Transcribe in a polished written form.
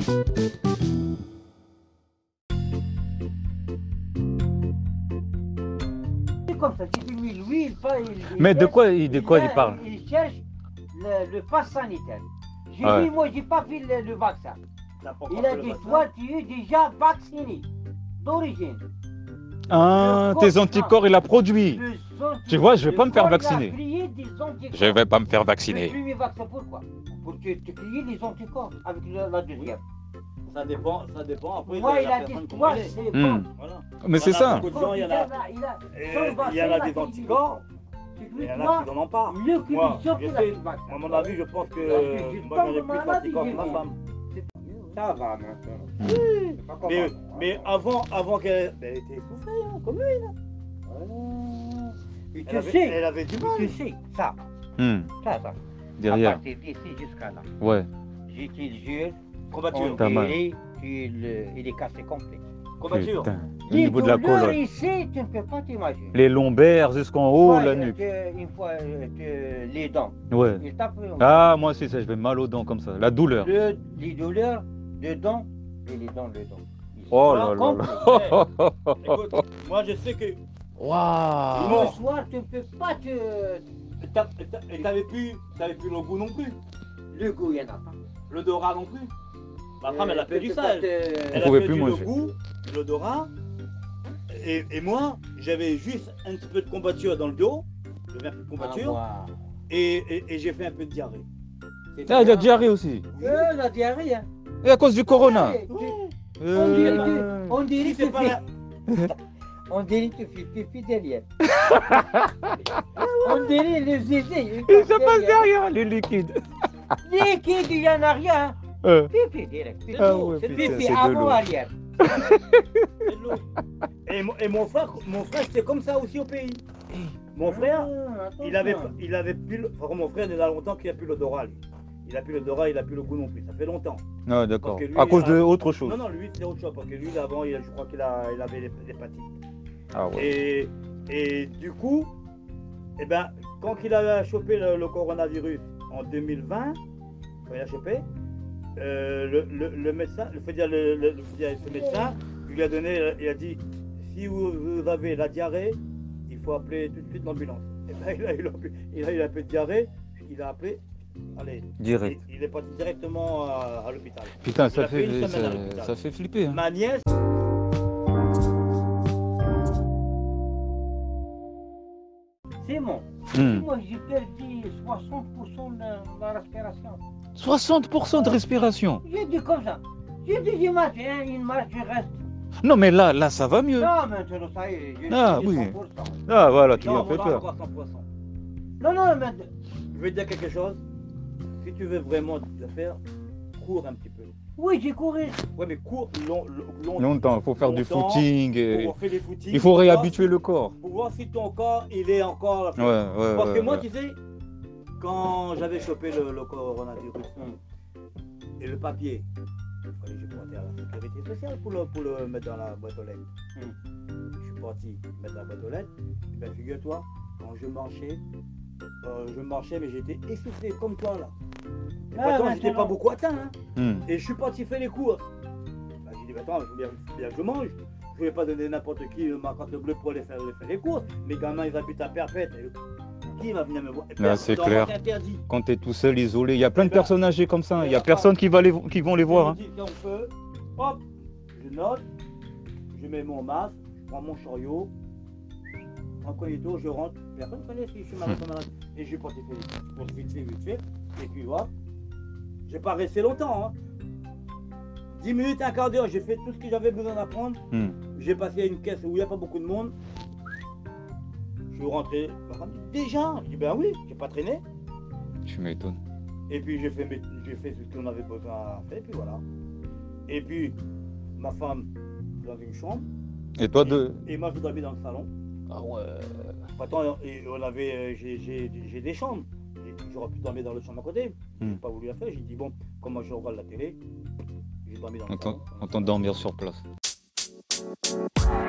C'est comme ça, si tu lui, il Mais de cherche- quoi il parle? Il cherche le pass sanitaire. J'ai Ouais. dit, moi, j'ai pas fait le vaccin. T'as pas Il encore a fait le dit, vaccin? toi, tu es déjà vacciné, d'origine. Ah, Le tes corps- anticorps, il a produit. Le anti- Tu vois, je vais le pas me faire corps, il a vacciner. créé des anticorps. Je vais pas me faire Le vacciner. premier vaccin, pourquoi? Pour te créer des anticorps avec la deuxième. Ça dépend après Moi, de il la a dit, personne toi, comment elle est. c'est Hmm. bon. Voilà. Mais c'est ça. Beaucoup de gens, il y en a, il y en a des anticorps, et il y en a qui n'en ont pas. Mieux que Moi, les gens qui je ont sais, le vaccin. à mon avis, je pense que Je moi j'en ai tombe plus malade, d'anticorps que j'ai ma dit. femme. Ça va maintenant. Hmm. C'est pas comme avant, Mais hein. avant qu'elle elle était essoufflée, hein, comme lui. Et Elle tu avait, sais, elle avait du mal. tu sais, ça, Hmm. ça. À Derrière. partir d'ici jusqu'à là. Ouais. J'ai dit le jeu, Combatture. T'as mal. il est cassé complet. Combatture. Putain. Au Les niveau de la douleurs colonne. ici, tu ne peux pas t'imaginer. Les lombaires jusqu'en haut, Ouais, la nuque. Une fois, les dents. Ouais. Il tape Ah, moi aussi, ça, je vais mal aux dents comme ça. La douleur. les douleurs de dents et les dents de dents. Oh là là là. Écoute, moi je sais que Waouh. Le soir, tu ne peux pas te... t'avais plus le goût non plus, Le goût, il n'y en a pas. l'odorat non plus. Ma femme elle a perdu ça. Elle a pouvait perdu plus le manger. goût, l'odorat. Et moi, j'avais juste un petit peu de combatture dans le dos, j'avais un peu de combatture, et j'ai fait un peu de diarrhée. Ah, il y a diarrhée aussi. La diarrhée, hein. Et à cause du corona. Ouais, Euh, On dirait Si c'est que pas la- on dirait que tu fais pipi derrière. On dirait le zézé. Et ça passe derrière, les liquides. Liquide, il n'y en a rien. Pipi direct. C'est Ah de l'eau, ouais, c'est de putain, l'eau, Pipi c'est de avant, l'eau. arrière. c'est de l'eau. Et mon frère c'était comme ça aussi au pays. Mon frère, il avait plus enfin, mon frère il y a longtemps qu'il a plus l'odorat lui. Il a plus l'odorat, il a plus le goût non plus. Ça fait longtemps. Ah, d'accord. Parce que lui, À cause il a- de autre chose. Non, lui c'est autre chose parce que lui avant je crois qu'il avait l'hépatite. Ah ouais. Et du coup, eh ben, quand il a chopé le coronavirus en 2020, quand il a chopé, le médecin, ce médecin, il lui a donné, il a dit, si vous avez la diarrhée, il faut appeler tout de suite l'ambulance. Et ben, il a eu un peu de diarrhée, il a appelé, allez, Direct. il est parti directement à l'hôpital. Putain, Il a fait une semaine à l'hôpital. ça fait flipper. Hein. Ma nièce, C'est bon. Hmm. Moi, j'ai perdu 60% de la respiration. 60% de respiration. J'ai dit comme ça. J'ai dit, je marche, hein, une marche, je reste. Non, mais là, ça va mieux. Non, maintenant, ça y est, je Ah, suis oui. 100%. Ah, voilà, tu lui non, as fait voilà, peur. encore 100%. Non, mais Je vais te dire quelque chose. Si tu veux vraiment le faire, cours un petit peu. oui, j'ai couru. Ouais, mais cours Longtemps, il faut faire du Longtemps, footing. Et... pour faire des footings. Il faut pour réhabituer le corps. voir- Pour voir si ton corps, il est encore... Ouais. Parce que moi, ouais. tu sais, quand j'avais chopé le coronavirus et le papier, il fallait que je portais à la sécurité sociale pour le mettre dans la boîte aux lettres. Je suis parti mettre dans la boîte aux lettres. Et bien, figure-toi, quand je marchais, mais j'étais essoufflé comme toi là. Et Ah, pourtant, maintenant. j'étais pas beaucoup atteint. Hein. Hmm. Et je suis parti faire les courses. Bah, j'ai dit, attends, il faut bien que je mange. Je ne vais pas donner n'importe qui ma carte bleue pour aller faire les courses. Mes gamins, ils habitent à Perpète. Qui va venir me voir? Et Là, c'est personne, clair. c'est interdit. Quand tu es tout seul, isolé, il y a plein de Ben, personnes âgées comme ça. Il y a personne qui vont les voir. Hein. Je me dis, tiens, on peut. Hop, je note. Je mets mon masque. Je prends mon chariot. Incognito, je rentre. Personne ne connaît si je suis malade ou malade. Et je suis parti faire les courses vite fait. Et puis voilà. J'ai pas resté longtemps. Hein. 10 minutes, un quart d'heure, j'ai fait tout ce que j'avais besoin d'apprendre. Hmm. J'ai passé à une caisse où il n'y a pas beaucoup de monde. Je suis rentré. Ma femme dit, déjà? Je dis, ben oui, j'ai pas traîné. Tu m'étonnes. Et puis j'ai fait ce qu'on avait besoin à faire, et puis voilà. Et puis ma femme dans une chambre. Et toi, de. Et moi je dormais dans le salon. Ah ouais. Attends, et on avait, j'ai des chambres. J'aurais pu dormir dans le chambre à côté. J'ai pas voulu la faire. J'ai dit bon, comme moi je regarde la télé, j'ai dormi dans le salon. On t'endormir sur place.